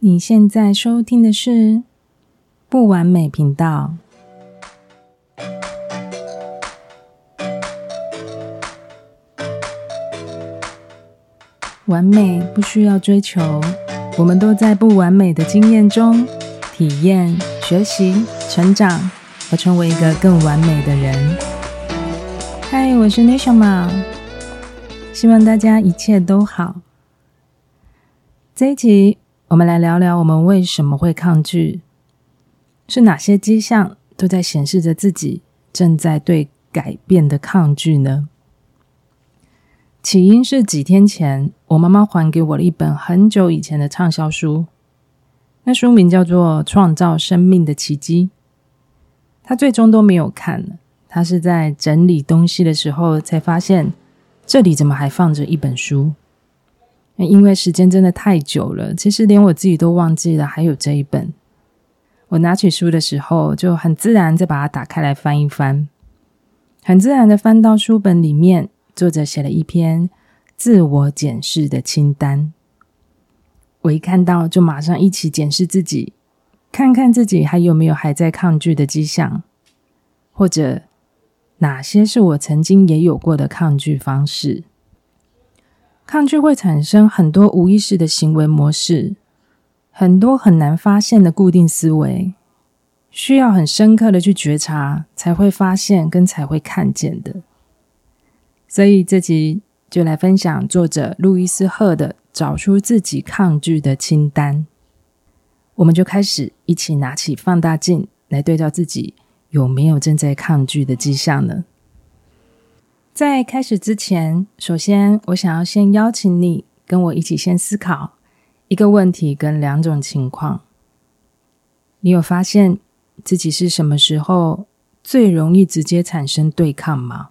你现在收听的是不完美频道。完美不需要追求，我们都在不完美的经验中体验、学习、成长，而成为一个更完美的人。嗨，我是 Neshama， 希望大家一切都好。这一集我们来聊聊我们为什么会抗拒，是哪些迹象都在显示着自己正在对改变的抗拒呢？起因是几天前我妈妈还给我了一本很久以前的畅销书，那书名叫做《创造生命的奇迹》。她最终都没有看，她是在整理东西的时候才发现这里怎么还放着一本书。因为时间真的太久了，其实连我自己都忘记了还有这一本。我拿起书的时候就很自然再把它打开来翻一翻，很自然的翻到书本里面，作者写了一篇自我检视的清单。我一看到就马上一起检视自己，看看自己还有没有还在抗拒的迹象，或者哪些是我曾经也有过的抗拒方式。抗拒会产生很多无意识的行为模式，很多很难发现的固定思维，需要很深刻的去觉察才会发现跟才会看见的。所以这集就来分享作者路易斯·赫的找出自己抗拒的清单。我们就开始一起拿起放大镜来对照自己有没有正在抗拒的迹象呢？在开始之前，首先我想要先邀请你跟我一起先思考一个问题跟两种情况。你有发现自己是什么时候最容易直接产生对抗吗？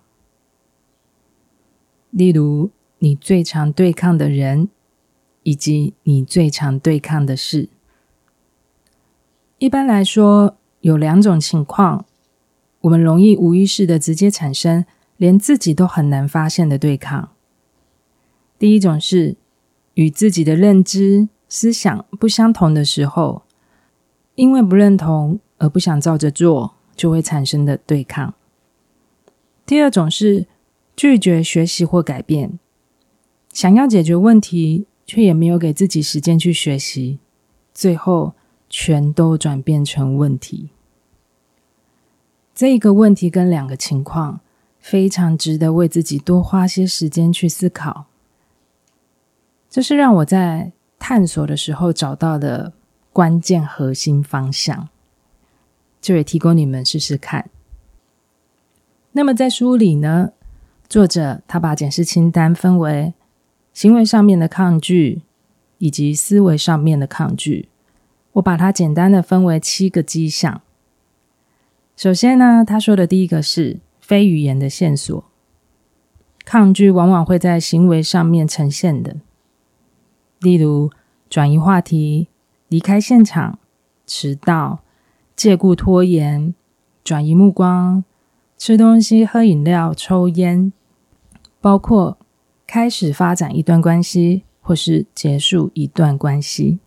例如你最常对抗的人，以及你最常对抗的事。一般来说，有两种情况我们容易无意识的直接产生连自己都很难发现的对抗。第一种是与自己的认知、思想不相同的时候，因为不认同而不想照着做，就会产生的对抗。第二种是拒绝学习或改变，想要解决问题，却也没有给自己时间去学习，最后全都转变成问题。这一个问题跟两个情况非常值得为自己多花些时间去思考。这是让我在探索的时候找到的关键核心方向，就也提供你们试试看。那么在书里呢，作者他把检视清单分为行为上面的抗拒以及思维上面的抗拒，我把它简单的分为7个迹象。首先呢，他说的第一个是非语言的线索，抗拒往往会在行为上面呈现的，例如转移话题、离开现场、迟到、借故拖延、转移目光、吃东西、喝饮料、抽烟，包括开始发展一段关系或是结束一段关系。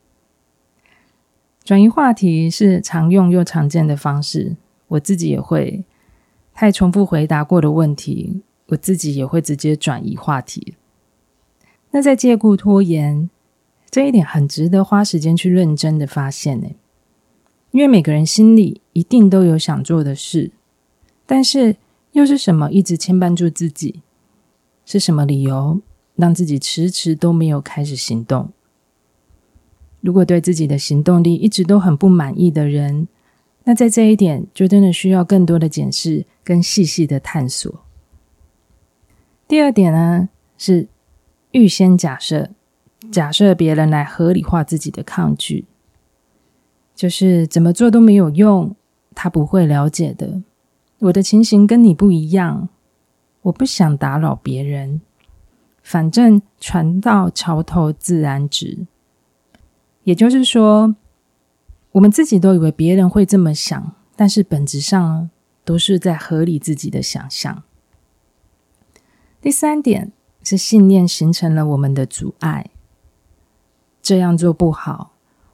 转移话题是常用又常见的方式，我自己也会太重复回答过的问题，我自己也会直接转移话题。那在借故拖延，这一点很值得花时间去认真的发现，因为每个人心里一定都有想做的事，但是又是什么一直牵绊住自己？是什么理由让自己迟迟都没有开始行动？如果对自己的行动力一直都很不满意的人，那在这一点就真的需要更多的检视跟细细的探索。第二点呢，是预先假设别人来合理化自己的抗拒，就是怎么做都没有用，他不会了解的，我的情形跟你不一样，我不想打扰别人，反正船到桥头自然直。也就是说，我们自己都以为别人会这么想，但是本质上都是在合理自己的想象。第三点是信念形成了我们的阻碍，这样做不好，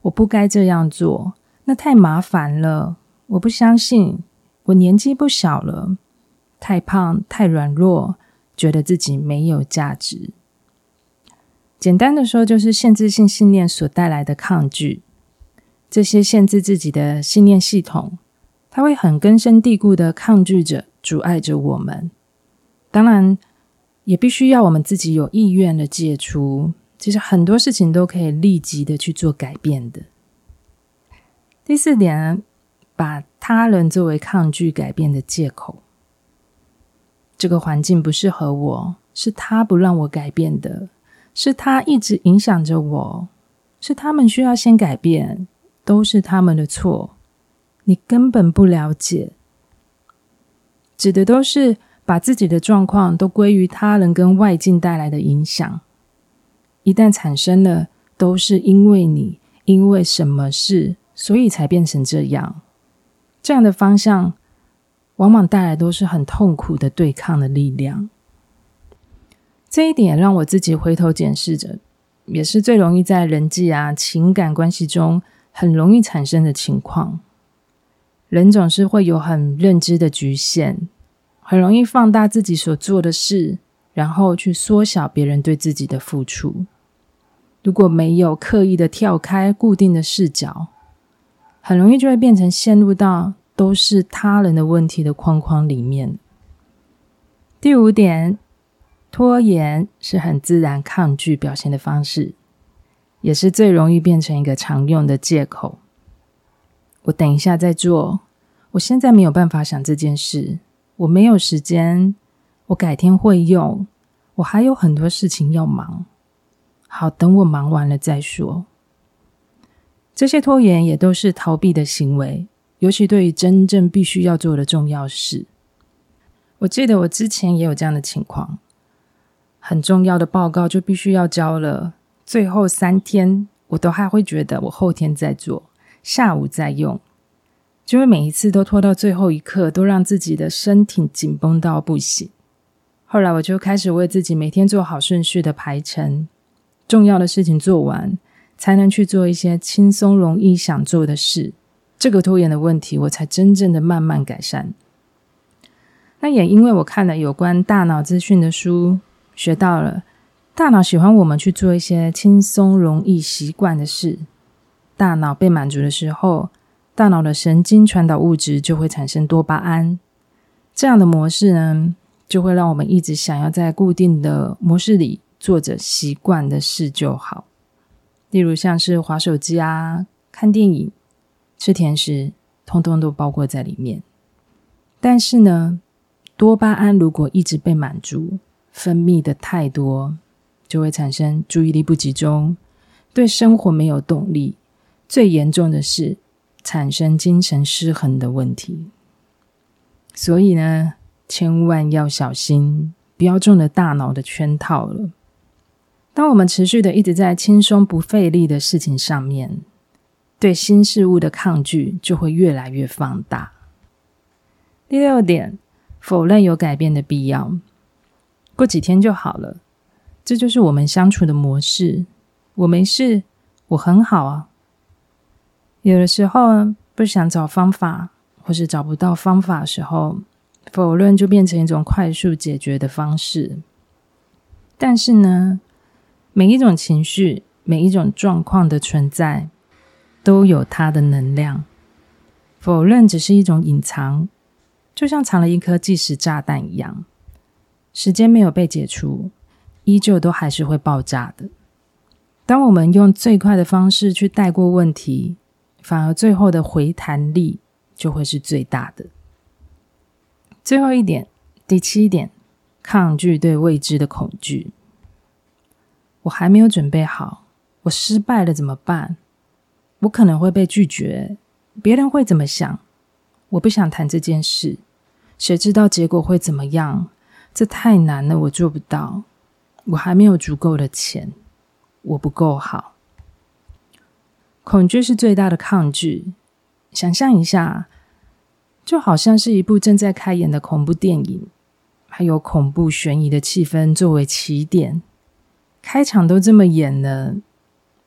我不该这样做，那太麻烦了，我不相信，我年纪不小了，太胖太软弱，觉得自己没有价值。简单的说，就是限制性信念所带来的抗拒。这些限制自己的信念系统，它会很根深蒂固的抗拒着、阻碍着我们。当然，也必须要我们自己有意愿的戒除。其实很多事情都可以立即的去做改变的。第4点，把他人作为抗拒改变的借口。这个环境不适合我，是他不让我改变的，是他一直影响着我，是他们需要先改变，都是他们的错，你根本不了解。指的都是把自己的状况都归于他人跟外境带来的影响，一旦产生了，都是因为你，因为什么事，所以才变成这样。这样的方向往往带来都是很痛苦的对抗的力量。这一点让我自己回头检视着，也是最容易在人际情感关系中很容易产生的情况。人总是会有很认知的局限，很容易放大自己所做的事，然后去缩小别人对自己的付出。如果没有刻意的跳开固定的视角，很容易就会变成陷入到都是他人的问题的框框里面。第5点，拖延是很自然抗拒表现的方式，也是最容易变成一个常用的借口。我等一下再做，我现在没有办法想这件事，我没有时间，我改天会用，我还有很多事情要忙，好，等我忙完了再说。这些拖延也都是逃避的行为，尤其对于真正必须要做的重要事。我记得我之前也有这样的情况，很重要的报告就必须要交了，最后3天我都还会觉得我后天再做，下午再用，就会每一次都拖到最后一刻，都让自己的身体紧绷到不行。后来我就开始为自己每天做好顺序的排程，重要的事情做完，才能去做一些轻松容易想做的事。这个拖延的问题，我才真正的慢慢改善。那也因为我看了有关大脑资讯的书，学到了大脑喜欢我们去做一些轻松容易习惯的事。大脑被满足的时候，大脑的神经传导物质就会产生多巴胺。这样的模式呢，就会让我们一直想要在固定的模式里做着习惯的事就好。例如像是滑手机看电影、吃甜食，通通都包括在里面。但是呢，多巴胺如果一直被满足，分泌的太多，就会产生注意力不集中，对生活没有动力，最严重的是产生精神失衡的问题。所以呢，千万要小心，不要中了大脑的圈套了。当我们持续的一直在轻松不费力的事情上面，对新事物的抗拒就会越来越放大。第6点，否认有改变的必要。过几天就好了，这就是我们相处的模式。我没事，我很好有的时候不想找方法，或是找不到方法的时候，否认就变成一种快速解决的方式。但是呢，每一种情绪，每一种状况的存在，都有它的能量。否认只是一种隐藏，就像藏了一颗计时炸弹一样，时间没有被解除，依旧都还是会爆炸的。当我们用最快的方式去带过问题，反而最后的回弹力就会是最大的。最后一点，第7点，抗拒对未知的恐惧。我还没有准备好，我失败了怎么办？我可能会被拒绝，别人会怎么想？我不想谈这件事，谁知道结果会怎么样？这太难了，我做不到。我还没有足够的钱，我不够好。恐惧是最大的抗拒。想象一下，就好像是一部正在开演的恐怖电影，还有恐怖悬疑的气氛作为起点，开场都这么演了，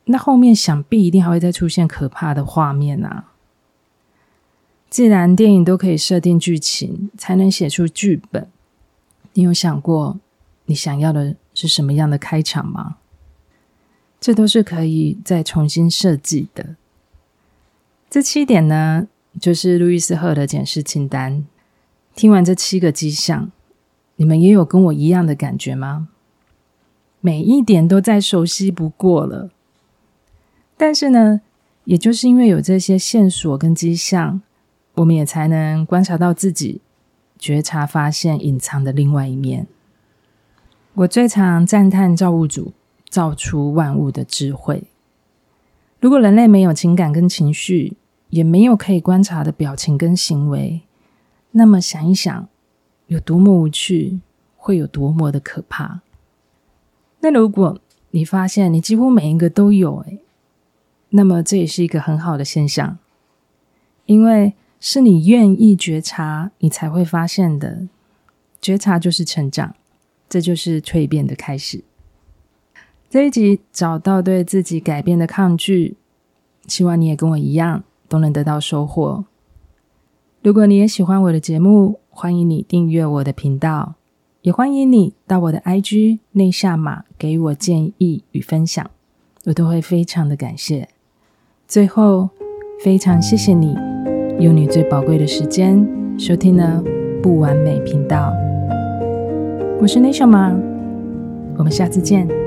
那后面想必一定还会再出现可怕的画面啊。既然电影都可以设定剧情，才能写出剧本，你有想过你想要的是什么样的开场吗？这都是可以再重新设计的。这7点呢，就是路易斯赫的检视清单。听完这7个迹象，你们也有跟我一样的感觉吗？每一点都再熟悉不过了。但是呢，也就是因为有这些线索跟迹象，我们也才能观察到自己，觉察发现隐藏的另外一面。我最常赞叹造物主造出万物的智慧。如果人类没有情感跟情绪，也没有可以观察的表情跟行为，那么想一想，有多么无趣，会有多么的可怕。那如果你发现你几乎每一个都有，那么这也是一个很好的现象，因为是你愿意觉察，你才会发现的。觉察就是成长，这就是蜕变的开始。这一集找到对自己改变的抗拒，希望你也跟我一样都能得到收获。如果你也喜欢我的节目，欢迎你订阅我的频道，也欢迎你到我的 IG 内下码给我建议与分享，我都会非常的感谢。最后，非常谢谢你用你最宝贵的时间收听了不完美频道。我是内小马，我们下次见。